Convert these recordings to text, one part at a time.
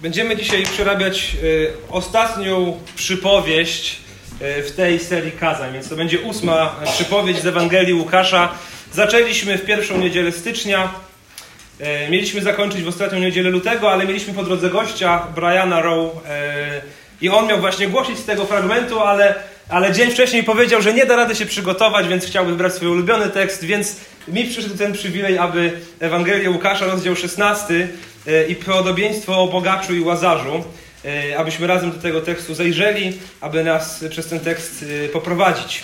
Będziemy dzisiaj przerabiać ostatnią przypowieść w tej serii kazań, więc to będzie 8. przypowieść z Ewangelii Łukasza. Zaczęliśmy w pierwszą niedzielę stycznia, mieliśmy zakończyć w ostatnią niedzielę lutego, ale mieliśmy po drodze gościa, Briana Rowe, i on miał właśnie głosić z tego fragmentu, ale dzień wcześniej powiedział, że nie da rady się przygotować, więc chciałby wybrać swój ulubiony tekst, więc mi przyszedł ten przywilej, aby Ewangelię Łukasza, rozdział 16 i podobieństwo o bogaczu i łazarzu, abyśmy razem do tego tekstu zajrzeli, aby nas przez ten tekst poprowadzić.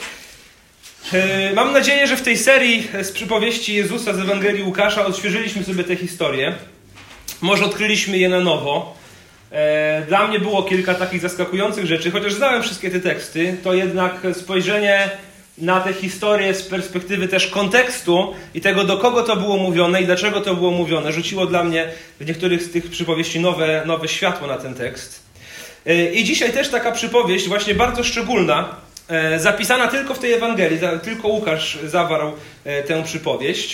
Mam nadzieję, że w tej serii z przypowieści Jezusa z Ewangelii Łukasza odświeżyliśmy sobie te historie. Może odkryliśmy je na nowo. Dla mnie było kilka takich zaskakujących rzeczy, chociaż znałem wszystkie te teksty, to jednak spojrzenie na te historie z perspektywy też kontekstu i tego, do kogo to było mówione i dlaczego to było mówione, rzuciło dla mnie w niektórych z tych przypowieści nowe światło na ten tekst. I dzisiaj też taka przypowieść właśnie bardzo szczególna, zapisana tylko w tej Ewangelii, tylko Łukasz zawarł tę przypowieść.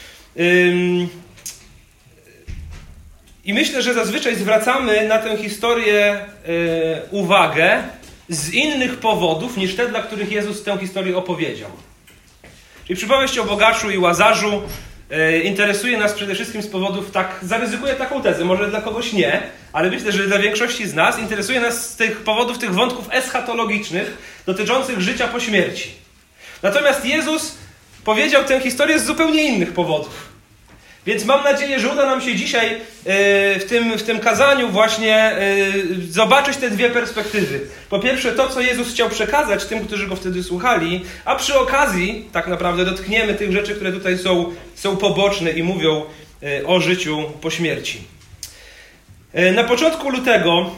I myślę, że zazwyczaj zwracamy na tę historię uwagę z innych powodów niż te, dla których Jezus tę historię opowiedział. Czyli przypowieść o bogaczu i łazarzu interesuje nas przede wszystkim z powodów, zaryzykuję taką tezę, może dla kogoś nie, ale myślę, że dla większości z nas interesuje nas z tych powodów, tych wątków eschatologicznych dotyczących życia po śmierci. Natomiast Jezus powiedział tę historię z zupełnie innych powodów. Więc mam nadzieję, że uda nam się dzisiaj w tym kazaniu właśnie zobaczyć te dwie perspektywy. Po pierwsze to, co Jezus chciał przekazać tym, którzy Go wtedy słuchali, a przy okazji tak naprawdę dotkniemy tych rzeczy, które tutaj są poboczne i mówią o życiu po śmierci. Na początku lutego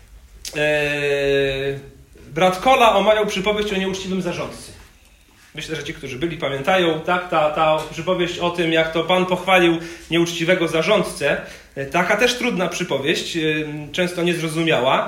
brat Kola omawiał przypowieść o nieuczciwym zarządcy. Myślę, że ci, którzy byli, pamiętają, tak, ta przypowieść o tym, jak to Pan pochwalił nieuczciwego zarządcę. Taka też trudna przypowieść, często niezrozumiała.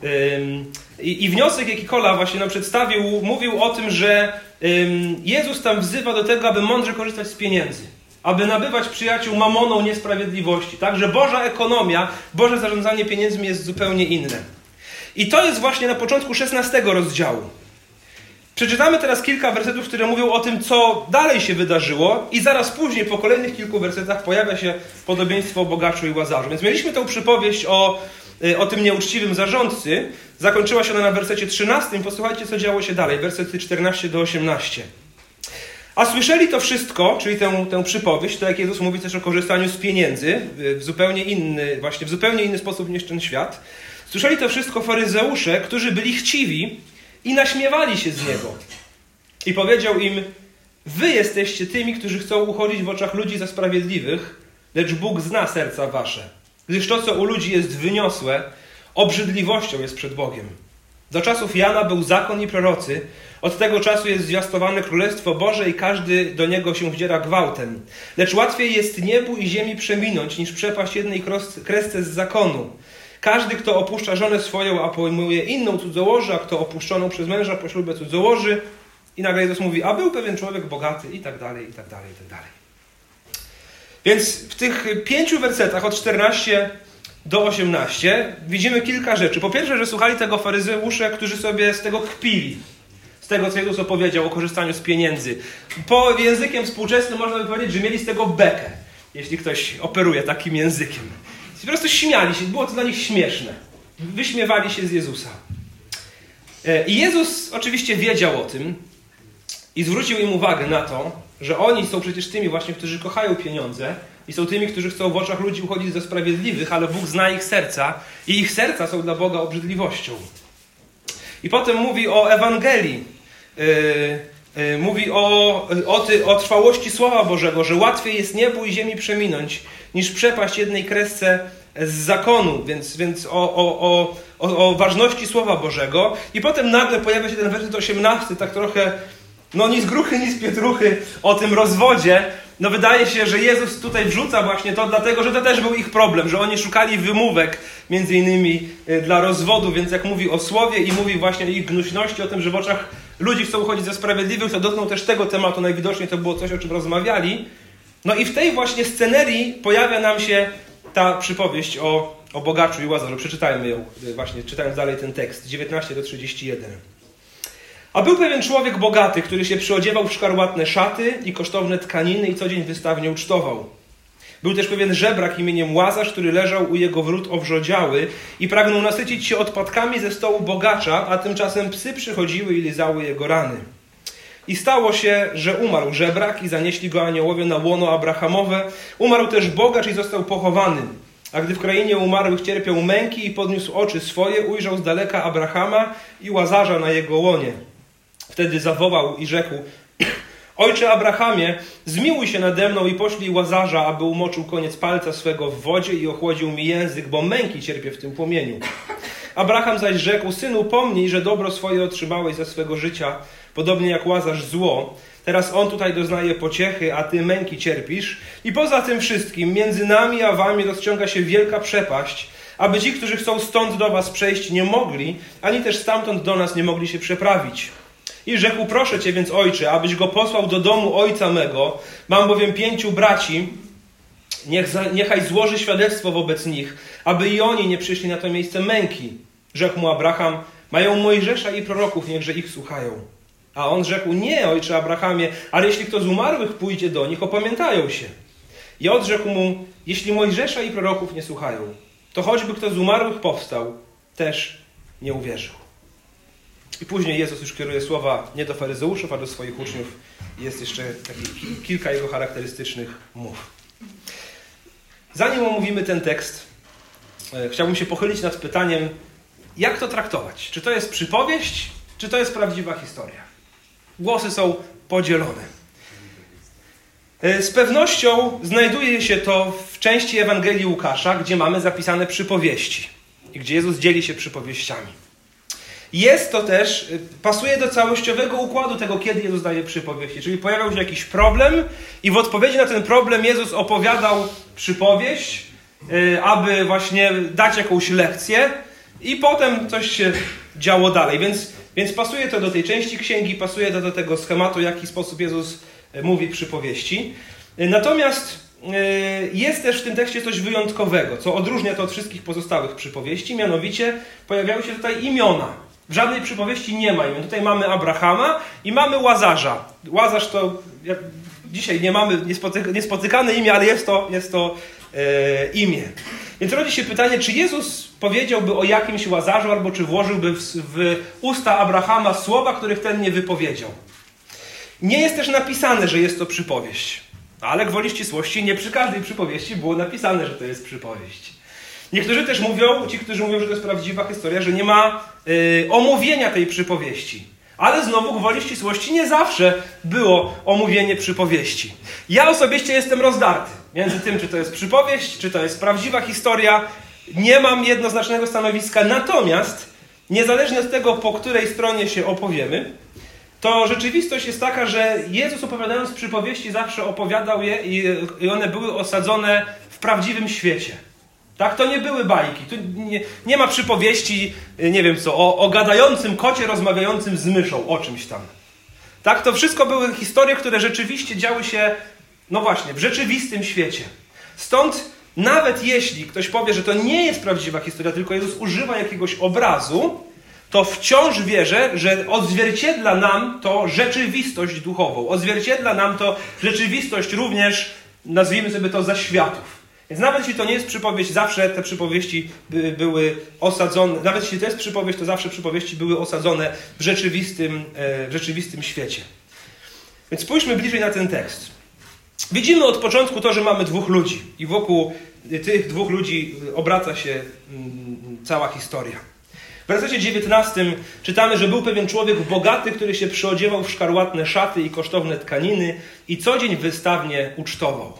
I wniosek, jaki Kola właśnie nam przedstawił, mówił o tym, że Jezus tam wzywa do tego, aby mądrze korzystać z pieniędzy. Aby nabywać przyjaciół mamoną niesprawiedliwości. Tak, że Boża ekonomia, Boże zarządzanie pieniędzmi jest zupełnie inne. I to jest właśnie na początku 16 rozdziału. Przeczytamy teraz kilka wersetów, które mówią o tym, co dalej się wydarzyło i zaraz później, po kolejnych kilku wersetach, pojawia się podobieństwo o bogaczu i łazarzu. Więc mieliśmy tę przypowieść o tym nieuczciwym zarządcy. Zakończyła się ona na wersecie 13. Posłuchajcie, co działo się dalej. Wersety 14 do 18. A słyszeli to wszystko, czyli tę przypowieść, to jak Jezus mówi też o korzystaniu z pieniędzy w zupełnie inny sposób niż ten świat. Słyszeli to wszystko faryzeusze, którzy byli chciwi i naśmiewali się z Niego. I powiedział im: wy jesteście tymi, którzy chcą uchodzić w oczach ludzi za sprawiedliwych, lecz Bóg zna serca wasze. Gdyż to, co u ludzi jest wyniosłe, obrzydliwością jest przed Bogiem. Do czasów Jana był zakon i prorocy. Od tego czasu jest zwiastowane Królestwo Boże i każdy do niego się wdziera gwałtem. Lecz łatwiej jest niebu i ziemi przeminąć, niż przepaść jednej kresce z zakonu. Każdy, kto opuszcza żonę swoją, a pojmuje inną, cudzołoży, a kto opuszczoną przez męża po ślubie cudzołoży. I nagle Jezus mówi: a był pewien człowiek bogaty i tak dalej, i tak dalej, i tak dalej. Więc w tych 5 wersetach od 14 do 18 widzimy kilka rzeczy. Po pierwsze, że słuchali tego faryzeusze, którzy sobie z tego kpili. Z tego, co Jezus opowiedział o korzystaniu z pieniędzy. Po językiem współczesnym można by powiedzieć, że mieli z tego bekę, jeśli ktoś operuje takim językiem. Po prostu śmiali się, było to dla nich śmieszne. Wyśmiewali się z Jezusa. I Jezus oczywiście wiedział o tym i zwrócił im uwagę na to, że oni są przecież tymi właśnie, którzy kochają pieniądze i są tymi, którzy chcą w oczach ludzi uchodzić za sprawiedliwych, ale Bóg zna ich serca i ich serca są dla Boga obrzydliwością. I potem mówi o Ewangelii. Mówi o trwałości Słowa Bożego, że łatwiej jest niebu i ziemi przeminąć, niż przepaść jednej kresce z zakonu, więc o ważności Słowa Bożego. I potem nagle pojawia się ten werset 18, tak trochę, ni z gruchy, ni z pietruchy, o tym rozwodzie. Wydaje się, że Jezus tutaj wrzuca właśnie to, dlatego, że to też był ich problem, że oni szukali wymówek, między innymi dla rozwodu, więc jak mówi o Słowie i mówi właśnie o ich gnuśności, o tym, że w oczach ludzi chcą uchodzić za sprawiedliwych, to dotknął też tego tematu, najwidoczniej to było coś, o czym rozmawiali. I w tej właśnie scenerii pojawia nam się ta przypowieść o bogaczu i Łazarzu. Przeczytajmy ją właśnie, czytając dalej ten tekst. 19-31. A był pewien człowiek bogaty, który się przyodziewał w szkarłatne szaty i kosztowne tkaniny i co dzień wystawnie ucztował. Był też pewien żebrak imieniem Łazarz, który leżał u jego wrót owrzodziały i pragnął nasycić się odpadkami ze stołu bogacza, a tymczasem psy przychodziły i lizały jego rany. I stało się, że umarł żebrak i zanieśli go aniołowie na łono Abrahamowe. Umarł też bogacz i został pochowany. A gdy w krainie umarłych cierpiał męki i podniósł oczy swoje, ujrzał z daleka Abrahama i Łazarza na jego łonie. Wtedy zawołał i rzekł: Ojcze Abrahamie, zmiłuj się nade mną i poślij Łazarza, aby umoczył koniec palca swego w wodzie i ochłodził mi język, bo męki cierpię w tym płomieniu. Abraham zaś rzekł: Synu, pomnij, że dobro swoje otrzymałeś za swego życia, podobnie jak Łazarz zło. Teraz on tutaj doznaje pociechy, a ty męki cierpisz. I poza tym wszystkim, między nami a wami rozciąga się wielka przepaść, aby ci, którzy chcą stąd do was przejść, nie mogli, ani też stamtąd do nas nie mogli się przeprawić. I rzekł: Proszę cię więc, ojcze, abyś go posłał do domu ojca mego. Mam bowiem 5 braci. Niechaj złoży świadectwo wobec nich, aby i oni nie przyszli na to miejsce męki. Rzekł mu Abraham: Mają Mojżesza i proroków, niechże ich słuchają. A on rzekł: Nie, ojcze Abrahamie, ale jeśli kto z umarłych pójdzie do nich, opamiętają się. I odrzekł mu: Jeśli Mojżesza i proroków nie słuchają, to choćby kto z umarłych powstał, też nie uwierzył. I później Jezus już kieruje słowa nie do faryzeuszów, a do swoich uczniów. Jest jeszcze kilka jego charakterystycznych mów. Zanim omówimy ten tekst, chciałbym się pochylić nad pytaniem, jak to traktować? Czy to jest przypowieść, czy to jest prawdziwa historia? Głosy są podzielone. Z pewnością znajduje się to w części Ewangelii Łukasza, gdzie mamy zapisane przypowieści i gdzie Jezus dzieli się przypowieściami. Jest to też, pasuje do całościowego układu tego, kiedy Jezus daje przypowieści. Czyli pojawiał się jakiś problem i w odpowiedzi na ten problem Jezus opowiadał przypowieść, aby właśnie dać jakąś lekcję i potem coś się działo dalej. Więc pasuje to do tej części księgi, pasuje to do tego schematu, w jaki sposób Jezus mówi przypowieści. Natomiast jest też w tym tekście coś wyjątkowego, co odróżnia to od wszystkich pozostałych przypowieści, mianowicie pojawiały się tutaj imiona. W żadnej przypowieści nie ma imion. Tutaj mamy Abrahama i mamy Łazarza. Łazarz to dzisiaj niespotykane imię, ale jest to imię. Więc rodzi się pytanie, czy Jezus powiedziałby o jakimś Łazarzu, albo czy włożyłby w usta Abrahama słowa, których ten nie wypowiedział. Nie jest też napisane, że jest to przypowieść. Ale gwoli ścisłości, nie przy każdej przypowieści było napisane, że to jest przypowieść. Niektórzy też mówią, ci, którzy mówią, że to jest prawdziwa historia, że nie ma omówienia tej przypowieści. Ale znowu gwoli ścisłości nie zawsze było omówienie przypowieści. Ja osobiście jestem rozdarty między tym, czy to jest przypowieść, czy to jest prawdziwa historia. Nie mam jednoznacznego stanowiska. Natomiast niezależnie od tego, po której stronie się opowiemy, to rzeczywistość jest taka, że Jezus, opowiadając przypowieści, zawsze opowiadał je i one były osadzone w prawdziwym świecie. Tak? To nie były bajki. Tu nie ma przypowieści, nie wiem co, o gadającym kocie rozmawiającym z myszą, o czymś tam. Tak? To wszystko były historie, które rzeczywiście działy się, no właśnie, w rzeczywistym świecie. Stąd nawet jeśli ktoś powie, że to nie jest prawdziwa historia, tylko Jezus używa jakiegoś obrazu, to wciąż wierzę, że odzwierciedla nam to rzeczywistość duchową. Odzwierciedla nam to rzeczywistość również, nazwijmy sobie to, zaświatów. Więc nawet jeśli to nie jest przypowieść, zawsze te przypowieści były osadzone, nawet jeśli to jest przypowieść, to zawsze przypowieści były osadzone w rzeczywistym świecie. Więc spójrzmy bliżej na ten tekst. Widzimy od początku to, że mamy 2 ludzi i wokół tych 2 ludzi obraca się cała historia. W wersecie 19 czytamy, że był pewien człowiek bogaty, który się przyodziewał w szkarłatne szaty i kosztowne tkaniny i co dzień wystawnie ucztował.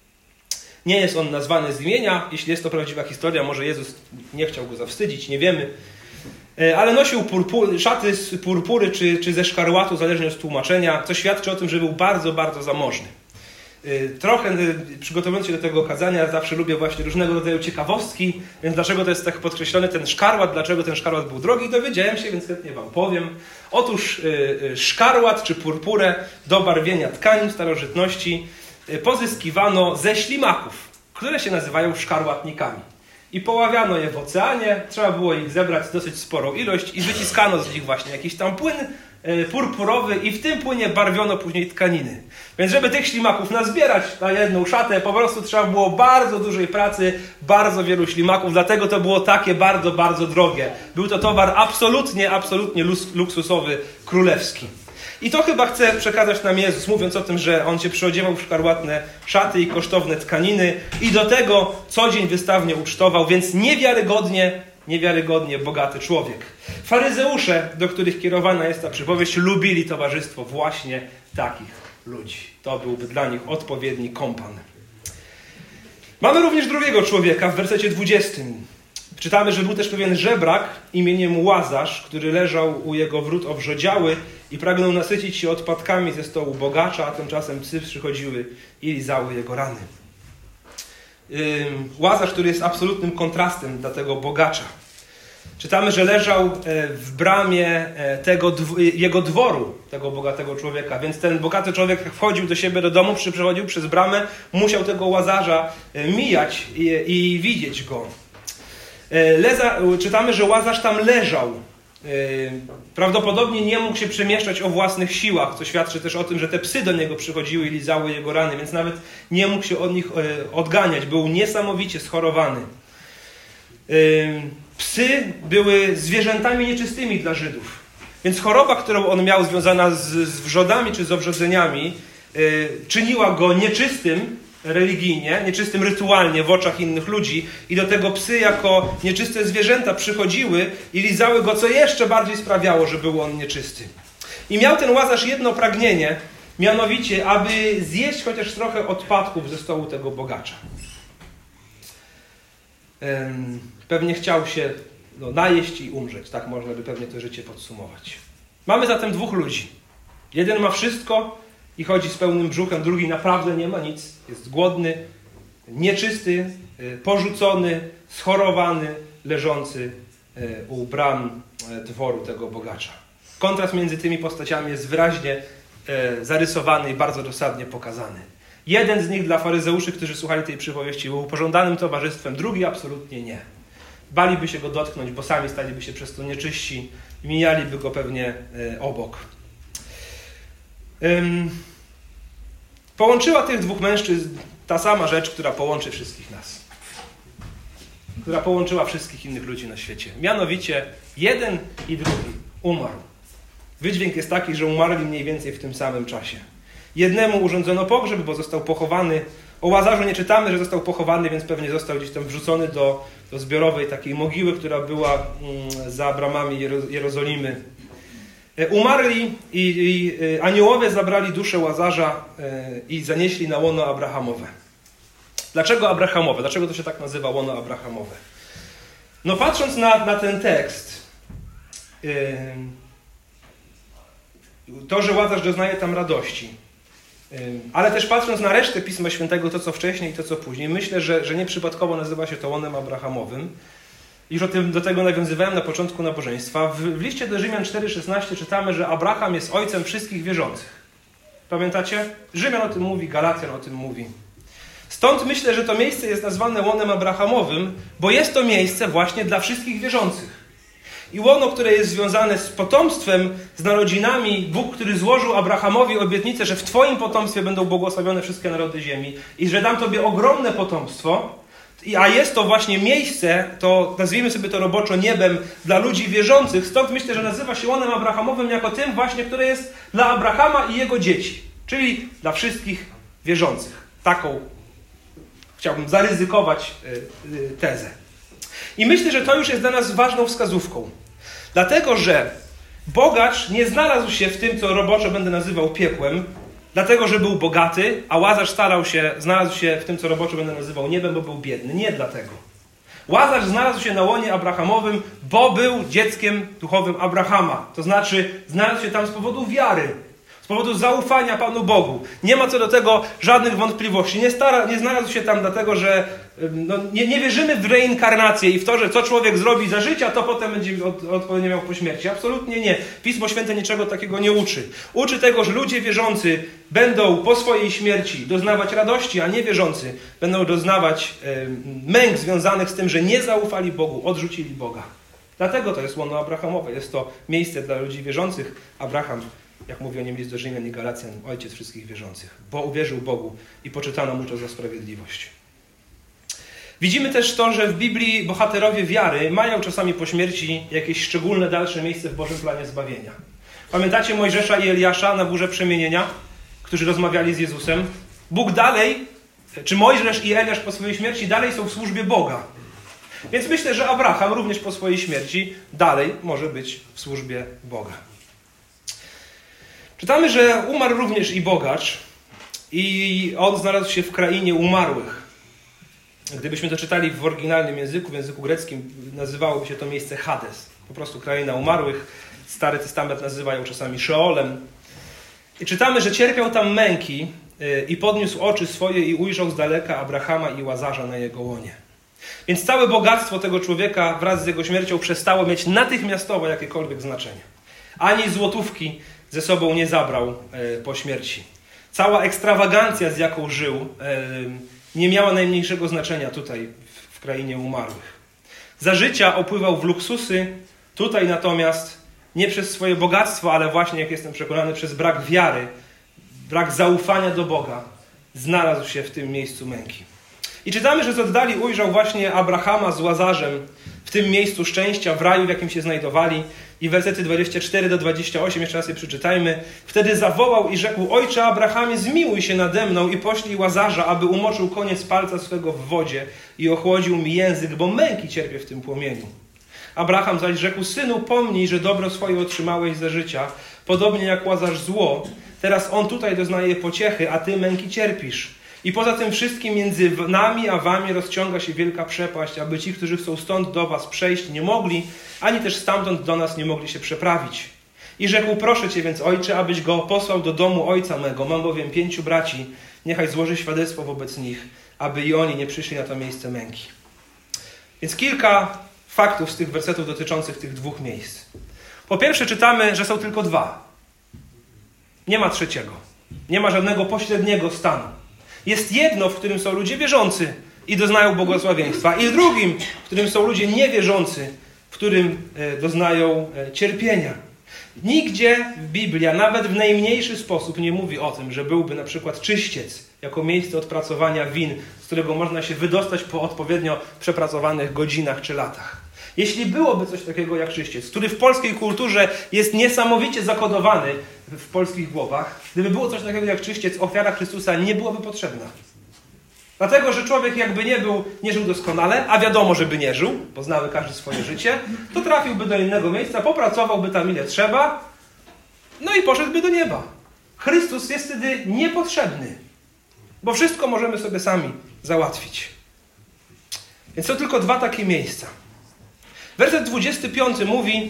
Nie jest on nazwany z imienia. Jeśli jest to prawdziwa historia, może Jezus nie chciał go zawstydzić, nie wiemy. Ale nosił szaty z purpury czy ze szkarłatu, zależnie od tłumaczenia, co świadczy o tym, że był bardzo, bardzo zamożny. Trochę przygotowując się do tego kazania, zawsze lubię właśnie różnego rodzaju ciekawostki, więc dlaczego to jest tak podkreślony ten szkarłat, dlaczego ten szkarłat był drogi, dowiedziałem się, więc chętnie wam powiem. Otóż szkarłat czy purpurę do barwienia tkanin w starożytności pozyskiwano ze ślimaków, które się nazywają szkarłatnikami. i poławiano je w oceanie. Trzeba było ich zebrać dosyć sporą ilość i wyciskano z nich właśnie jakiś tam płyn purpurowy i w tym płynie barwiono później tkaniny. Więc żeby tych ślimaków nazbierać na jedną szatę, po prostu trzeba było bardzo dużej pracy, bardzo wielu ślimaków, dlatego to było takie bardzo, bardzo drogie. Był to towar absolutnie luksusowy, królewski. I to chyba chce przekazać nam Jezus, mówiąc o tym, że On się przyodziewał w szkarłatne szaty i kosztowne tkaniny i do tego co dzień wystawnie ucztował, więc niewiarygodnie bogaty człowiek. Faryzeusze, do których kierowana jest ta przypowieść, lubili towarzystwo właśnie takich ludzi. To byłby dla nich odpowiedni kompan. Mamy również drugiego człowieka w wersecie 20. Czytamy, że był też pewien żebrak imieniem Łazarz, który leżał u jego wrót owrzodziały i pragnął nasycić się odpadkami ze stołu bogacza, a tymczasem psy przychodziły i lizały jego rany. Łazarz, który jest absolutnym kontrastem dla tego bogacza. Czytamy, że leżał w bramie jego dworu, tego bogatego człowieka. Więc ten bogaty człowiek, jak wchodził do siebie do domu, przechodził przez bramę, musiał tego Łazarza mijać i widzieć go. Czytamy, że Łazarz tam leżał. Prawdopodobnie nie mógł się przemieszczać o własnych siłach, co świadczy też o tym, że te psy do niego przychodziły i lizały jego rany, więc nawet nie mógł się od nich odganiać. Był niesamowicie schorowany. Psy były zwierzętami nieczystymi dla Żydów. Więc choroba, którą on miał związana z wrzodami czy z owrzodzeniami, czyniła go nieczystym religijnie, nieczystym rytualnie w oczach innych ludzi i do tego psy jako nieczyste zwierzęta przychodziły i lizały go, co jeszcze bardziej sprawiało, że był on nieczysty. I miał ten Łazarz jedno pragnienie, mianowicie, aby zjeść chociaż trochę odpadków ze stołu tego bogacza. Pewnie chciał się najeść i umrzeć. Tak można by pewnie to życie podsumować. Mamy zatem dwóch ludzi. Jeden ma wszystko i chodzi z pełnym brzuchem, drugi naprawdę nie ma nic. Jest głodny, nieczysty, porzucony, schorowany, leżący u bram dworu tego bogacza. Kontrast między tymi postaciami jest wyraźnie zarysowany i bardzo dosadnie pokazany. Jeden z nich dla faryzeuszy, którzy słuchali tej przypowieści, był pożądanym towarzystwem, drugi absolutnie nie. Baliby się go dotknąć, bo sami staliby się przez to nieczyści i mijaliby go pewnie obok. Połączyła tych dwóch mężczyzn ta sama rzecz, która połączy wszystkich nas. Która połączyła wszystkich innych ludzi na świecie. Mianowicie jeden i drugi umarł. Wydźwięk jest taki, że umarli mniej więcej w tym samym czasie. Jednemu urządzono pogrzeb, bo został pochowany. O Łazarzu nie czytamy, że został pochowany, więc pewnie został gdzieś tam wrzucony do zbiorowej takiej mogiły, która była za bramami Jerozolimy. Umarli i aniołowie zabrali duszę Łazarza i zanieśli na łono Abrahamowe. Dlaczego Abrahamowe? Dlaczego to się tak nazywa łono Abrahamowe? No patrząc na ten tekst, to, że Łazarz doznaje tam radości, ale też patrząc na resztę Pisma Świętego, to co wcześniej i to co później, myślę, że nieprzypadkowo nazywa się to łonem Abrahamowym. Już do tego nawiązywałem na początku nabożeństwa. W liście do Rzymian 4,16 czytamy, że Abraham jest ojcem wszystkich wierzących. Pamiętacie? Rzymian o tym mówi, Galacjan o tym mówi. Stąd myślę, że to miejsce jest nazwane łonem Abrahamowym, bo jest to miejsce właśnie dla wszystkich wierzących. I łono, które jest związane z potomstwem, z narodzinami, Bóg, który złożył Abrahamowi obietnicę, że w Twoim potomstwie będą błogosławione wszystkie narody ziemi i że dam Tobie ogromne potomstwo, a jest to właśnie miejsce, to nazwijmy sobie to roboczo niebem dla ludzi wierzących, stąd myślę, że nazywa się łonem Abrahamowym jako tym właśnie, które jest dla Abrahama i jego dzieci, czyli dla wszystkich wierzących. Taką chciałbym zaryzykować tezę. I myślę, że to już jest dla nas ważną wskazówką. Dlatego, że bogacz nie znalazł się w tym, co roboczo będę nazywał piekłem, dlatego, że był bogaty, a Łazarz znalazł się w tym, co roboczo będę nazywał niebem, bo był biedny. Nie dlatego. Łazarz znalazł się na łonie Abrahamowym, bo był dzieckiem duchowym Abrahama. To znaczy, znalazł się tam z powodu wiary. Z Z powodu zaufania Panu Bogu. Nie ma co do tego żadnych wątpliwości. Nie znalazł się tam dlatego, że nie wierzymy w reinkarnację i w to, że co człowiek zrobi za życia, to potem będzie odpowiednio miał po śmierci. Absolutnie nie. Pismo Święte niczego takiego nie uczy. Uczy tego, że ludzie wierzący będą po swojej śmierci doznawać radości, a niewierzący będą doznawać męk związanych z tym, że nie zaufali Bogu, odrzucili Boga. Dlatego to jest łono Abrahamowe. Jest to miejsce dla ludzi wierzących. Abraham, jak mówi o nim list do Rzymian i Galacjan, ojciec wszystkich wierzących, bo uwierzył Bogu i poczytano mu to za sprawiedliwość. Widzimy też to, że w Biblii bohaterowie wiary mają czasami po śmierci jakieś szczególne dalsze miejsce w Bożym planie zbawienia. Pamiętacie Mojżesza i Eliasza na górze przemienienia, którzy rozmawiali z Jezusem? Bóg dalej, czy Mojżesz i Eliasz po swojej śmierci dalej są w służbie Boga. Więc myślę, że Abraham również po swojej śmierci dalej może być w służbie Boga. Czytamy, że umarł również i bogacz i on znalazł się w krainie umarłych. Gdybyśmy to czytali w oryginalnym języku, w języku greckim, nazywałoby się to miejsce Hades. Po prostu kraina umarłych. Stary Testament nazywa ją czasami Szeolem. I czytamy, że cierpiał tam męki i podniósł oczy swoje i ujrzał z daleka Abrahama i Łazarza na jego łonie. Więc całe bogactwo tego człowieka wraz z jego śmiercią przestało mieć natychmiastowo jakiekolwiek znaczenie. Ani złotówki ze sobą nie zabrał po śmierci. Cała ekstrawagancja, z jaką żył, nie miała najmniejszego znaczenia tutaj w krainie umarłych. Za życia opływał w luksusy, tutaj natomiast nie przez swoje bogactwo, ale właśnie, jak jestem przekonany, przez brak wiary, brak zaufania do Boga, znalazł się w tym miejscu męki. I czytamy, że z oddali ujrzał właśnie Abrahama z Łazarzem w tym miejscu szczęścia, w raju, w jakim się znajdowali. I wersety 24 do 28, jeszcze raz je przeczytajmy. Wtedy zawołał i rzekł: Ojcze Abrahamie, zmiłuj się nade mną i poślij Łazarza, aby umoczył koniec palca swego w wodzie i ochłodził mi język, bo męki cierpię w tym płomieniu. Abraham zaś rzekł: Synu, pomnij, że dobro swoje otrzymałeś za życia, podobnie jak Łazarz zło. Teraz on tutaj doznaje pociechy, a ty męki cierpisz. I poza tym wszystkim między nami a wami rozciąga się wielka przepaść, aby ci, którzy chcą stąd do was przejść, nie mogli, ani też stamtąd do nas nie mogli się przeprawić. I rzekł: Proszę cię więc, ojcze, abyś go posłał do domu ojca mego. Mam bowiem 5 braci, niechaj złoży świadectwo wobec nich, aby i oni nie przyszli na to miejsce męki. Więc kilka faktów z tych wersetów dotyczących tych 2 miejsc. Po pierwsze czytamy, że są tylko 2. Nie ma trzeciego. Nie ma żadnego pośredniego stanu. Jest jedno, w którym są ludzie wierzący i doznają błogosławieństwa, i drugim, w którym są ludzie niewierzący, w którym doznają cierpienia. Nigdzie Biblia, nawet w najmniejszy sposób, nie mówi o tym, że byłby na przykład czyściec jako miejsce odpracowania win, z którego można się wydostać po odpowiednio przepracowanych godzinach czy latach. Jeśli byłoby coś takiego jak czyściec, który w polskiej kulturze jest niesamowicie zakodowany w polskich głowach, gdyby było coś takiego jak czyściec, ofiara Chrystusa nie byłaby potrzebna. Dlatego, że człowiek jakby nie żył doskonale, a wiadomo, żeby nie żył, bo znały każdy swoje życie, to trafiłby do innego miejsca, popracowałby tam ile trzeba, no i poszedłby do nieba. Chrystus jest wtedy niepotrzebny, bo wszystko możemy sobie sami załatwić. Więc są tylko 2 takie miejsca. Werset 25 mówi: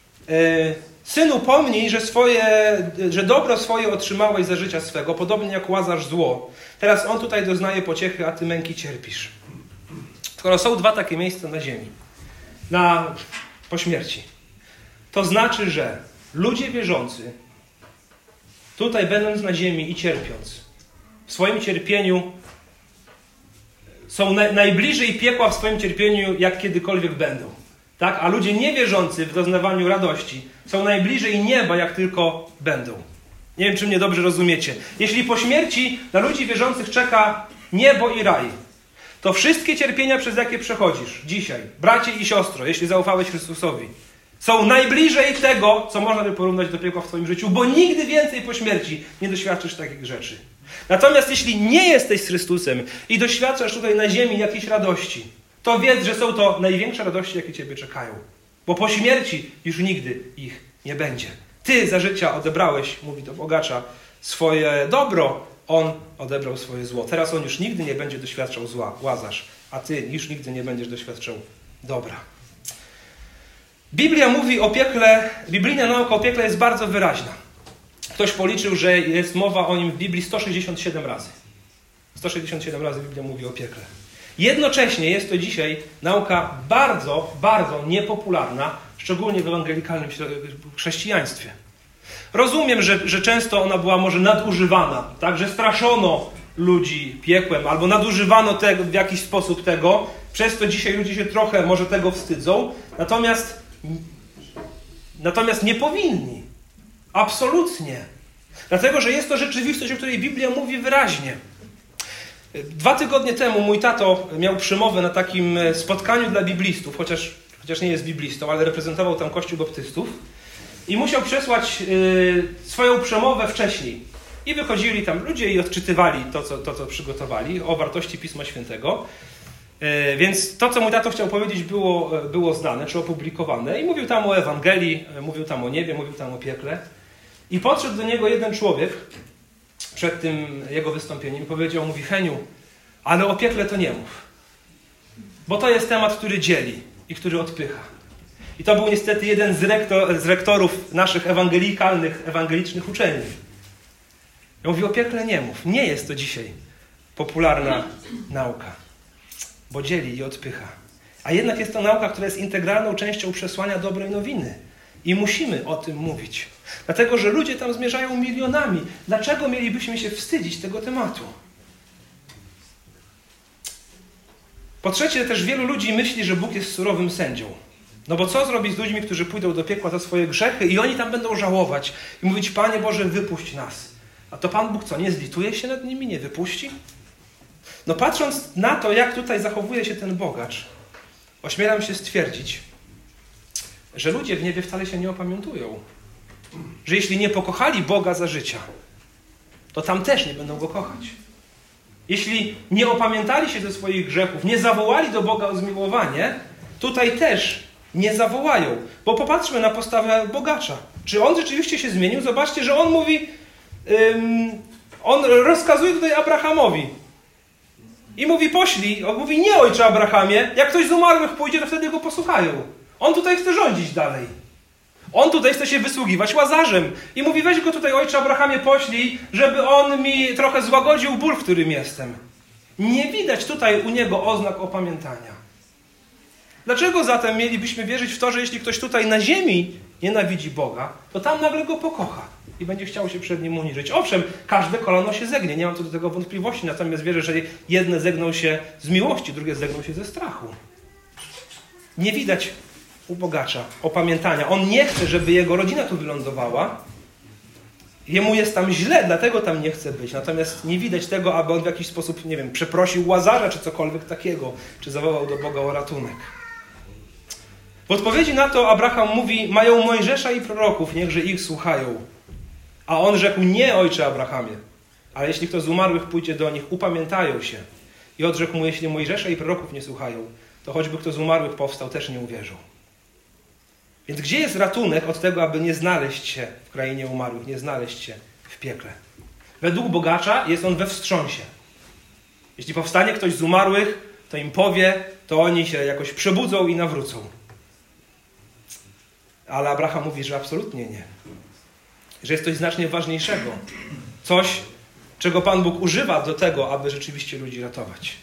Synu, pomnij, że dobro swoje otrzymałeś za życia swego, podobnie jak Łazarz zło. Teraz on tutaj doznaje pociechy, a ty męki cierpisz. Skoro są 2 takie miejsca na ziemi, po śmierci, to znaczy, że ludzie wierzący, tutaj będąc na ziemi i cierpiąc, w swoim cierpieniu są najbliżej piekła w swoim cierpieniu, jak kiedykolwiek będą. Tak? A ludzie niewierzący w doznawaniu radości są najbliżej nieba, jak tylko będą. Nie wiem, czy mnie dobrze rozumiecie. Jeśli po śmierci na ludzi wierzących czeka niebo i raj, to wszystkie cierpienia, przez jakie przechodzisz dzisiaj, bracie i siostro, jeśli zaufałeś Chrystusowi, są najbliżej tego, co można by porównać do piekła w twoim życiu, bo nigdy więcej po śmierci nie doświadczysz takich rzeczy. Natomiast jeśli nie jesteś z Chrystusem i doświadczasz tutaj na ziemi jakiejś radości, to wiedz, że są to największe radości, jakie ciebie czekają. Bo po śmierci już nigdy ich nie będzie. Ty za życia odebrałeś, mówi do bogacza, swoje dobro, on odebrał swoje zło. Teraz on już nigdy nie będzie doświadczał zła, Łazarz, a ty już nigdy nie będziesz doświadczał dobra. Biblia mówi o piekle, biblijna nauka o piekle jest bardzo wyraźna. Ktoś policzył, że jest mowa o nim w Biblii 167 razy. 167 razy Biblia mówi o piekle. Jednocześnie jest to dzisiaj nauka bardzo, bardzo niepopularna, szczególnie w ewangelikalnym chrześcijaństwie. Rozumiem, że często ona była może nadużywana, tak? Że straszono ludzi piekłem, albo nadużywano tego, w jakiś sposób tego, przez to dzisiaj ludzie się trochę może tego wstydzą, natomiast nie powinni. Absolutnie. Dlatego, że jest to rzeczywistość, o której Biblia mówi wyraźnie. 2 tygodnie temu mój tato miał przemowę na takim spotkaniu dla biblistów, chociaż nie jest biblistą, ale reprezentował tam Kościół Baptystów i musiał przesłać swoją przemowę wcześniej. I wychodzili tam ludzie i odczytywali to, co przygotowali o wartości Pisma Świętego. Więc to, co mój tato chciał powiedzieć, było znane, czy opublikowane. I mówił tam o Ewangelii, mówił tam o niebie, mówił tam o piekle. I podszedł do niego jeden człowiek przed tym jego wystąpieniem i powiedział, mówi: Heniu, ale o piekle to nie mów. Bo to jest temat, który dzieli i który odpycha. I to był niestety jeden z rektorów naszych ewangelicznych uczelni. Ja mówię, o piekle nie mów. Nie jest to dzisiaj popularna nauka, bo dzieli i odpycha. A jednak jest to nauka, która jest integralną częścią przesłania dobrej nowiny. I musimy o tym mówić. Dlatego, że ludzie tam zmierzają milionami. Dlaczego mielibyśmy się wstydzić tego tematu? Po trzecie, też wielu ludzi myśli, że Bóg jest surowym sędzią. No bo co zrobić z ludźmi, którzy pójdą do piekła za swoje grzechy i oni tam będą żałować i mówić: Panie Boże, wypuść nas. A to Pan Bóg co, nie zlituje się nad nimi, nie wypuści? No patrząc na to, jak tutaj zachowuje się ten bogacz, ośmielam się stwierdzić, że ludzie w niebie wcale się nie opamiętują. Że jeśli nie pokochali Boga za życia, to tam też nie będą Go kochać. Jeśli nie opamiętali się ze swoich grzechów, nie zawołali do Boga o zmiłowanie, tutaj też nie zawołają. Bo popatrzmy na postawę bogacza. Czy on rzeczywiście się zmienił? Zobaczcie, że on mówi, on rozkazuje tutaj Abrahamowi. I mówi: poślij, on mówi: nie, ojcze Abrahamie, jak ktoś z umarłych pójdzie, to wtedy go posłuchają. On tutaj chce rządzić dalej. On tutaj chce się wysługiwać Łazarzem. I mówi: weź go tutaj, ojcze Abrahamie, poślij, żeby on mi trochę złagodził ból, w którym jestem. Nie widać tutaj u niego oznak opamiętania. Dlaczego zatem mielibyśmy wierzyć w to, że jeśli ktoś tutaj na ziemi nienawidzi Boga, to tam nagle go pokocha i będzie chciał się przed nim uniżyć? Owszem, każde kolano się zegnie, nie mam co do tego wątpliwości, natomiast wierzę, że jedne zegną się z miłości, drugie zegną się ze strachu. Nie widać u bogacza opamiętania. On nie chce, żeby jego rodzina tu wylądowała. Jemu jest tam źle, dlatego tam nie chce być. Natomiast nie widać tego, aby on w jakiś sposób, nie wiem, przeprosił Łazarza, czy cokolwiek takiego, czy zawołał do Boga o ratunek. W odpowiedzi na to Abraham mówi: mają Mojżesza i proroków, niechże ich słuchają. A on rzekł: nie, ojcze Abrahamie, ale jeśli kto z umarłych pójdzie do nich, upamiętają się. I odrzekł mu: jeśli Mojżesza i proroków nie słuchają, to choćby kto z umarłych powstał, też nie uwierzą. Więc gdzie jest ratunek od tego, aby nie znaleźć się w krainie umarłych, nie znaleźć się w piekle? Według bogacza jest on we wstrząsie. Jeśli powstanie ktoś z umarłych, to im powie, to oni się jakoś przebudzą i nawrócą. Ale Abraham mówi, że absolutnie nie. Że jest coś znacznie ważniejszego. Coś, czego Pan Bóg używa do tego, aby rzeczywiście ludzi ratować.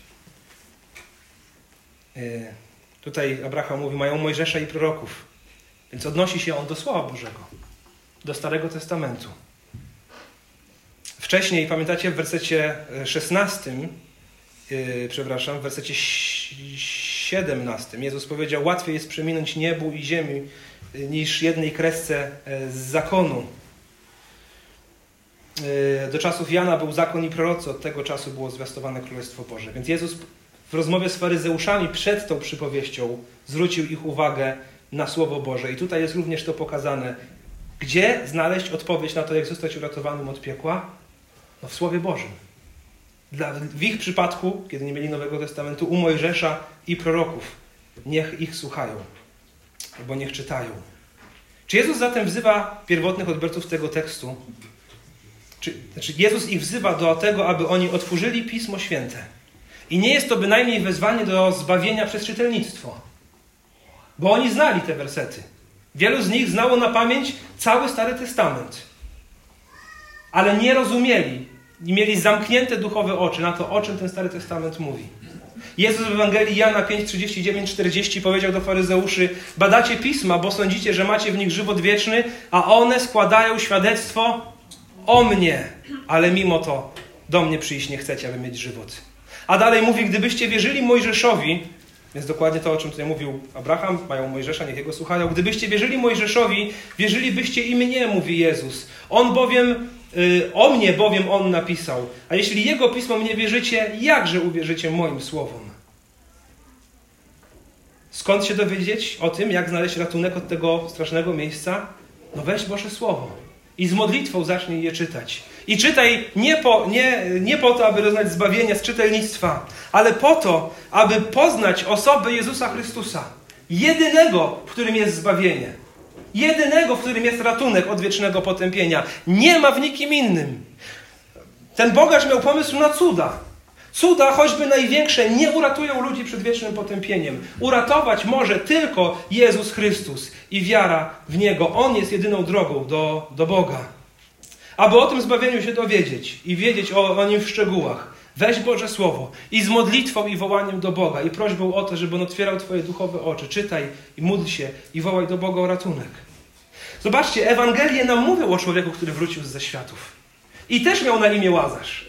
Tutaj Abraham mówi: mają Mojżesza i proroków. Więc odnosi się on do Słowa Bożego, do Starego Testamentu. Wcześniej, pamiętacie, w wersecie 16, w wersecie 17 Jezus powiedział: łatwiej jest przeminąć niebu i ziemi niż jednej kresce z zakonu. Do czasów Jana był zakon i prorocy, od tego czasu było zwiastowane Królestwo Boże. Więc Jezus w rozmowie z faryzeuszami przed tą przypowieścią zwrócił ich uwagę na Słowo Boże. I tutaj jest również to pokazane. Gdzie znaleźć odpowiedź na to, jak zostać uratowanym od piekła? No w Słowie Bożym. W ich przypadku, kiedy nie mieli Nowego Testamentu, u Mojżesza i proroków. Niech ich słuchają, albo niech czytają. Czy Jezus zatem wzywa pierwotnych odbiorców tego tekstu? Znaczy Jezus ich wzywa do tego, aby oni otworzyli Pismo Święte. I nie jest to bynajmniej wezwanie do zbawienia przez czytelnictwo. Bo oni znali te wersety. Wielu z nich znało na pamięć cały Stary Testament. ale nie rozumieli i mieli zamknięte duchowe oczy na to, o czym ten Stary Testament mówi. Jezus w Ewangelii Jana 5:39-40 powiedział do faryzeuszy: badacie pisma, bo sądzicie, że macie w nich żywot wieczny, a one składają świadectwo o mnie, ale mimo to do mnie przyjść nie chcecie, aby mieć żywot. A dalej mówi: gdybyście wierzyli Mojżeszowi, więc dokładnie to, o czym tutaj mówił Abraham, mają Mojżesza, niech jego słuchają. Gdybyście wierzyli Mojżeszowi, wierzylibyście i mnie, mówi Jezus. O mnie bowiem on napisał. A jeśli jego pismo mnie wierzycie, jakże uwierzycie moim słowom? Skąd się dowiedzieć o tym, jak znaleźć ratunek od tego strasznego miejsca? No weź Boże Słowo i z modlitwą zacznij je czytać. I czytaj nie po to, aby doznać zbawienia z czytelnictwa, ale po to, aby poznać osobę Jezusa Chrystusa. Jedynego, w którym jest zbawienie. Jedynego, w którym jest ratunek od wiecznego potępienia. Nie ma w nikim innym. Ten bogacz miał pomysł na cuda. Cuda, choćby największe, nie uratują ludzi przed wiecznym potępieniem. Uratować może tylko Jezus Chrystus i wiara w Niego. On jest jedyną drogą do Boga. Aby o tym zbawieniu się dowiedzieć i wiedzieć o nim w szczegółach, weź Boże Słowo i z modlitwą i wołaniem do Boga i prośbą o to, żeby On otwierał Twoje duchowe oczy. Czytaj i módl się i wołaj do Boga o ratunek. Zobaczcie, Ewangelie nam mówią o człowieku, który wrócił zze światów. I też miał na imię Łazarz.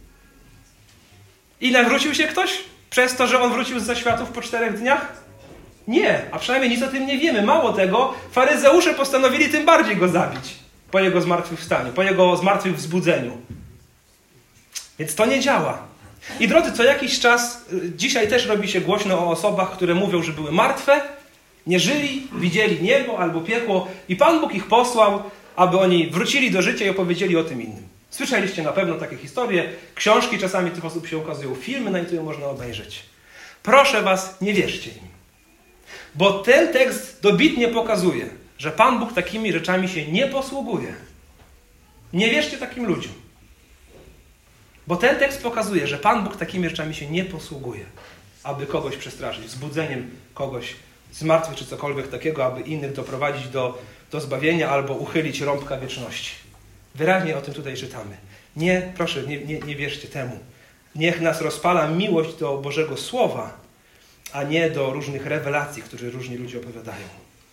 I nawrócił się ktoś przez to, że on wrócił zze światów po 4 dniach? Nie, a przynajmniej nic o tym nie wiemy. Mało tego, faryzeusze postanowili tym bardziej go zabić po jego zmartwychwstaniu, po jego zmartwychwzbudzeniu. Więc to nie działa. I drodzy, co jakiś czas, dzisiaj też robi się głośno o osobach, które mówią, że były martwe, nie żyli, widzieli niebo albo piekło i Pan Bóg ich posłał, aby oni wrócili do życia i opowiedzieli o tym innym. Słyszeliście na pewno takie historie, książki czasami tych osób się ukazują, filmy na YouTube można obejrzeć. Proszę was, nie wierzcie im. Bo ten tekst dobitnie pokazuje, że Pan Bóg takimi rzeczami się nie posługuje. Nie wierzcie takim ludziom. Bo ten tekst pokazuje, że Pan Bóg takimi rzeczami się nie posługuje, aby kogoś przestraszyć, wzbudzeniem kogoś z martwych czy cokolwiek takiego, aby innych doprowadzić do zbawienia albo uchylić rąbka wieczności. Wyraźnie o tym tutaj czytamy. Nie, proszę, nie wierzcie temu. Niech nas rozpala miłość do Bożego Słowa, a nie do różnych rewelacji, które różni ludzie opowiadają.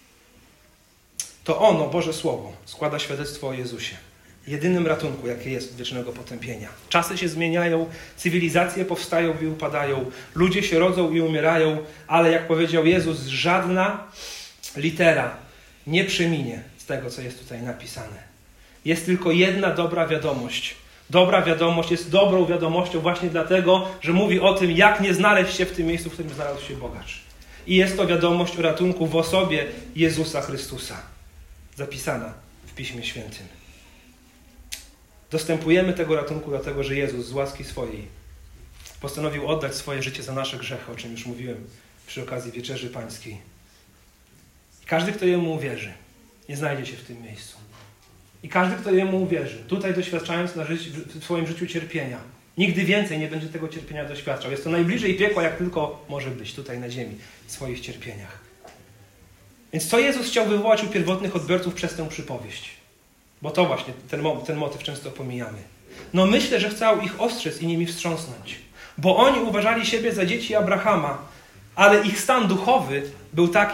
To ono, Boże Słowo, składa świadectwo o Jezusie. Jedynym ratunku, jakie jest od wiecznego potępienia. Czasy się zmieniają, cywilizacje powstają i upadają, ludzie się rodzą i umierają, ale jak powiedział Jezus, żadna litera nie przeminie z tego, co jest tutaj napisane. Jest tylko jedna dobra wiadomość. Dobra wiadomość jest dobrą wiadomością właśnie dlatego, że mówi o tym, jak nie znaleźć się w tym miejscu, w którym znalazł się bogacz. I jest to wiadomość o ratunku w osobie Jezusa Chrystusa, zapisana w Piśmie Świętym. Dostępujemy tego ratunku dlatego, że Jezus z łaski swojej postanowił oddać swoje życie za nasze grzechy, o czym już mówiłem przy okazji Wieczerzy Pańskiej. Każdy, kto Jemu uwierzy, nie znajdzie się w tym miejscu. I każdy, kto Jemu uwierzy, tutaj doświadczając w swoim życiu cierpienia, nigdy więcej nie będzie tego cierpienia doświadczał. Jest to najbliżej piekła, jak tylko może być tutaj na ziemi, w swoich cierpieniach. Więc co Jezus chciał wywołać u pierwotnych odbiorców przez tę przypowieść? Bo to właśnie, ten motyw często pomijamy. No myślę, że chciał ich ostrzec i nimi wstrząsnąć. Bo oni uważali siebie za dzieci Abrahama, ale ich stan duchowy był taki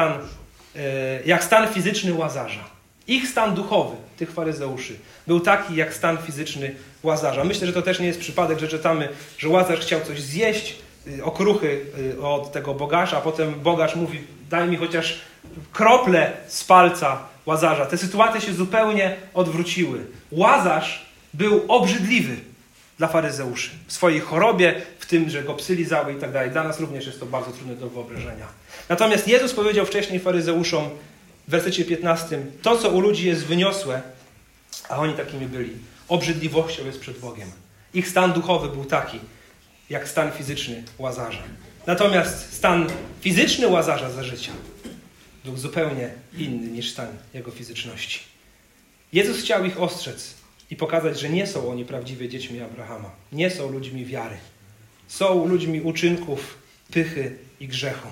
jak stan fizyczny Łazarza. Ich stan duchowy, tych faryzeuszy, był taki jak stan fizyczny Łazarza. Myślę, że to też nie jest przypadek, że czytamy, że Łazarz chciał coś zjeść, okruchy od tego bogacza, a potem bogacz mówi, daj mi chociaż krople z palca Łazarza. Te sytuacje się zupełnie odwróciły. Łazarz był obrzydliwy dla faryzeuszy. W swojej chorobie, w tym, że go psy lizały i tak dalej. Dla nas również jest to bardzo trudne do wyobrażenia. Natomiast Jezus powiedział wcześniej faryzeuszom w wersecie 15, to co u ludzi jest wyniosłe, a oni takimi byli, obrzydliwością jest przed Bogiem. Ich stan duchowy był taki, jak stan fizyczny Łazarza. Natomiast stan fizyczny Łazarza za życia był zupełnie inny niż stan jego fizyczności. Jezus chciał ich ostrzec i pokazać, że nie są oni prawdziwie dziećmi Abrahama. Nie są ludźmi wiary. Są ludźmi uczynków, pychy i grzechu.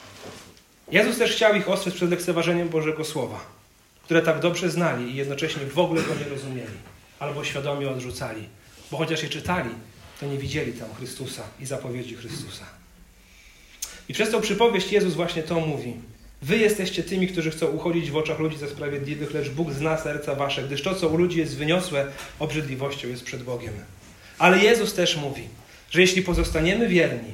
Jezus też chciał ich ostrzec przed lekceważeniem Bożego Słowa, które tak dobrze znali i jednocześnie w ogóle go nie rozumieli. albo świadomie odrzucali. Bo chociaż je czytali, to nie widzieli tam Chrystusa i zapowiedzi Chrystusa. I przez tą przypowieść Jezus właśnie to mówi. Wy jesteście tymi, którzy chcą uchodzić w oczach ludzi za sprawiedliwych, lecz Bóg zna serca wasze, gdyż to, co u ludzi jest wyniosłe, obrzydliwością jest przed Bogiem. Ale Jezus też mówi, że jeśli pozostaniemy wierni,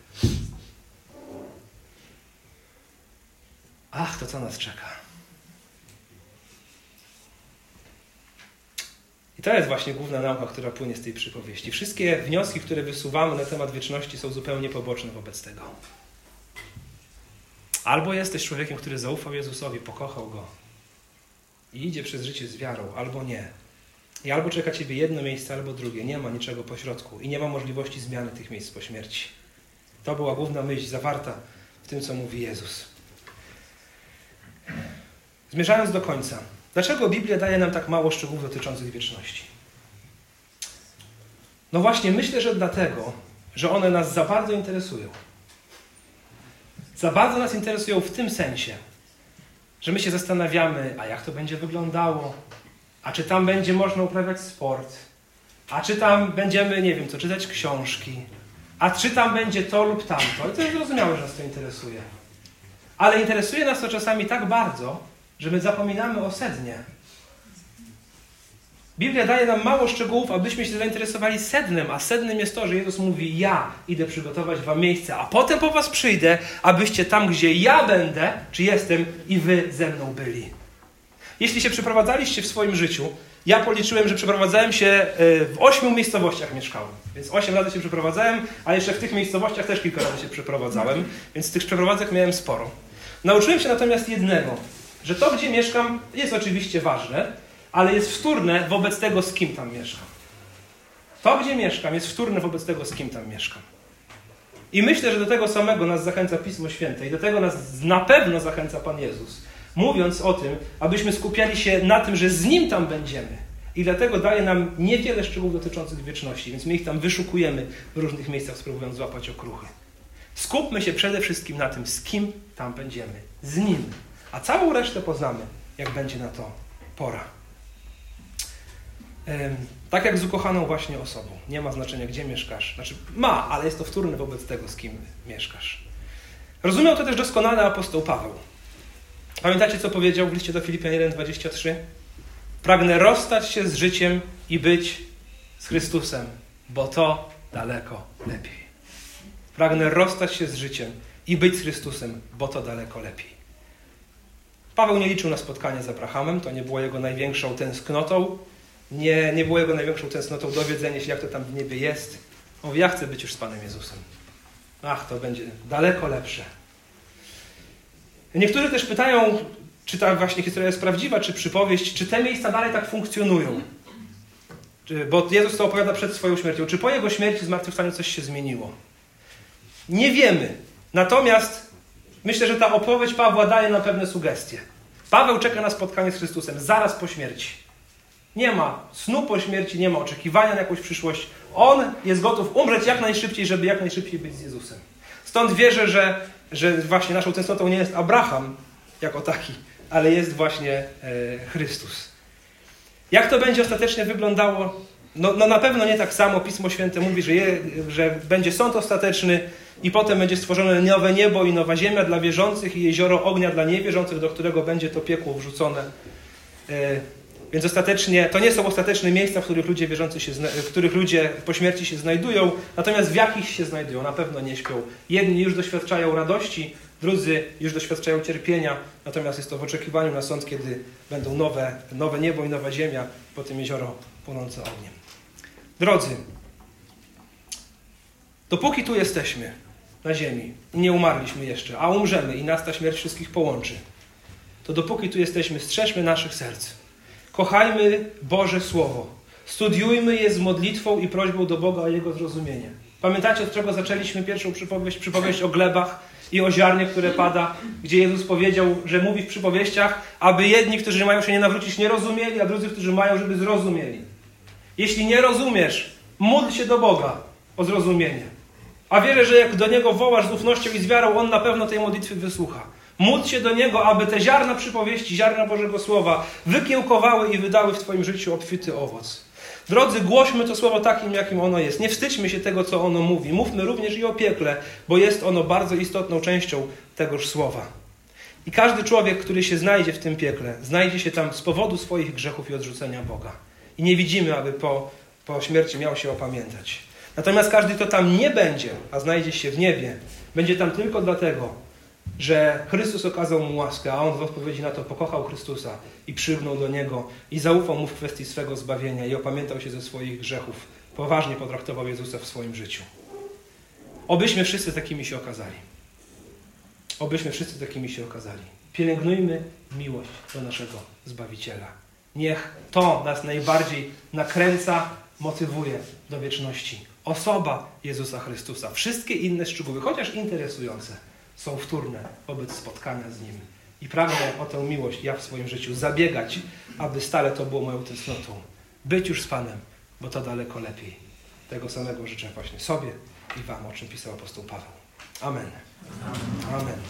to co nas czeka? I to jest właśnie główna nauka, która płynie z tej przypowieści. Wszystkie wnioski, które wysuwamy na temat wieczności, są zupełnie poboczne wobec tego. Albo jesteś człowiekiem, który zaufał Jezusowi, pokochał Go i idzie przez życie z wiarą, albo nie. I albo czeka Ciebie jedno miejsce, albo drugie. Nie ma niczego pośrodku i nie ma możliwości zmiany tych miejsc po śmierci. To była główna myśl zawarta w tym, co mówi Jezus. Zmierzając do końca. Dlaczego Biblia daje nam tak mało szczegółów dotyczących wieczności? No właśnie, myślę, że dlatego, że one nas za bardzo interesują. Za bardzo nas interesują w tym sensie, że my się zastanawiamy, a jak to będzie wyglądało? A czy tam będzie można uprawiać sport? A czy tam będziemy, nie wiem co, czytać książki? A czy tam będzie to lub tamto? I to jest zrozumiałe, że nas to interesuje. Ale interesuje nas to czasami tak bardzo, że my zapominamy o sednie. Biblia daje nam mało szczegółów, abyśmy się zainteresowali sednem, a sednem jest to, że Jezus mówi, ja idę przygotować wam miejsce, a potem po was przyjdę, abyście tam, gdzie ja będę, czy jestem, i wy ze mną byli. Jeśli się przeprowadzaliście w swoim życiu, ja policzyłem, że przeprowadzałem się w 8 miejscowościach mieszkałem. Więc 8 razy się przeprowadzałem, a jeszcze w tych miejscowościach też kilka razy się przeprowadzałem, więc tych przeprowadzek miałem sporo. Nauczyłem się natomiast jednego, że to, gdzie mieszkam, jest oczywiście ważne, ale jest wtórne wobec tego, z kim tam mieszkam. To, gdzie mieszkam, jest wtórne wobec tego, z kim tam mieszkam. I myślę, że do tego samego nas zachęca Pismo Święte i do tego nas na pewno zachęca Pan Jezus, mówiąc o tym, abyśmy skupiali się na tym, że z Nim tam będziemy. I dlatego daje nam niewiele szczegółów dotyczących wieczności, więc my ich tam wyszukujemy w różnych miejscach, spróbując złapać okruchy. Skupmy się przede wszystkim na tym, z kim tam będziemy. Z Nim. A całą resztę poznamy, jak będzie na to pora. Tak jak z ukochaną właśnie osobą. Nie ma znaczenia, gdzie mieszkasz. Znaczy ma, ale jest to wtórne wobec tego, z kim mieszkasz. Rozumiał to też doskonale apostoł Paweł. Pamiętacie, co powiedział w liście do Filipian 1:23? Pragnę rozstać się z życiem i być z Chrystusem, bo to daleko lepiej. Pragnę rozstać się z życiem i być z Chrystusem, bo to daleko lepiej. Paweł nie liczył na spotkanie z Abrahamem, to nie było jego największą tęsknotą. Nie było jego największą tęsknotą dowiedzenie się, jak to tam w niebie jest. Mówi, ja chcę być już z Panem Jezusem. To będzie daleko lepsze. Niektórzy też pytają, czy ta właśnie historia jest prawdziwa, czy przypowieść, czy te miejsca dalej tak funkcjonują. Bo Jezus to opowiada przed swoją śmiercią. Czy po Jego śmierci, zmartwychwstaniu coś się zmieniło? Nie wiemy. Natomiast myślę, że ta opowieść Pawła daje nam pewne sugestie. Paweł czeka na spotkanie z Chrystusem zaraz po śmierci. Nie ma snu po śmierci, nie ma oczekiwania na jakąś przyszłość. On jest gotów umrzeć jak najszybciej, żeby jak najszybciej być z Jezusem. Stąd wierzę, że właśnie naszą tęsknotą nie jest Abraham jako taki, ale jest właśnie Chrystus. Jak to będzie ostatecznie wyglądało? No na pewno nie tak samo. Pismo Święte mówi, że będzie sąd ostateczny i potem będzie stworzone nowe niebo i nowa ziemia dla wierzących i jezioro ognia dla niewierzących, do którego będzie to piekło wrzucone. Więc ostatecznie, to nie są ostateczne miejsca, w których ludzie wierzący w których ludzie po śmierci się znajdują, natomiast w jakich się znajdują, na pewno nie śpią. Jedni już doświadczają radości, drudzy już doświadczają cierpienia, natomiast jest to w oczekiwaniu na sąd, kiedy będą nowe niebo i nowa ziemia, potem jezioro płonące ogniem. Drodzy, dopóki tu jesteśmy na ziemi i nie umarliśmy jeszcze, a umrzemy i nas ta śmierć wszystkich połączy, to dopóki tu jesteśmy, strzeżmy naszych serc. Kochajmy Boże Słowo. Studiujmy je z modlitwą i prośbą do Boga o Jego zrozumienie. Pamiętacie, od czego zaczęliśmy pierwszą przypowieść o glebach i o ziarnie, które pada, gdzie Jezus powiedział, że mówi w przypowieściach, aby jedni, którzy mają się nie nawrócić, nie rozumieli, a drudzy, którzy mają, żeby zrozumieli. Jeśli nie rozumiesz, módl się do Boga o zrozumienie. A wierzę, że jak do Niego wołasz z ufnością i z wiarą, On na pewno tej modlitwy wysłucha. Módl się do Niego, aby te ziarna przypowieści, ziarna Bożego Słowa wykiełkowały i wydały w Twoim życiu obfity owoc. Drodzy, głośmy to słowo takim, jakim ono jest. Nie wstydźmy się tego, co ono mówi. Mówmy również i o piekle, bo jest ono bardzo istotną częścią tegoż słowa. I każdy człowiek, który się znajdzie w tym piekle, znajdzie się tam z powodu swoich grzechów i odrzucenia Boga. I nie widzimy, aby po śmierci miał się opamiętać. Natomiast każdy, kto tam nie będzie, a znajdzie się w niebie, będzie tam tylko dlatego, że Chrystus okazał mu łaskę, a on w odpowiedzi na to pokochał Chrystusa i przygnął do Niego i zaufał Mu w kwestii swego zbawienia i opamiętał się ze swoich grzechów. Poważnie potraktował Jezusa w swoim życiu. Obyśmy wszyscy takimi się okazali. Obyśmy wszyscy takimi się okazali. Pielęgnujmy miłość do naszego Zbawiciela. Niech to nas najbardziej nakręca, motywuje do wieczności. Osoba Jezusa Chrystusa. Wszystkie inne szczegóły, chociaż interesujące, są wtórne wobec spotkania z Nim. I pragnę o tę miłość ja w swoim życiu zabiegać, aby stale to było moją tęsknotą. Być już z Panem, bo to daleko lepiej. Tego samego życzę właśnie sobie i Wam, o czym pisał apostoł Paweł. Amen. Amen.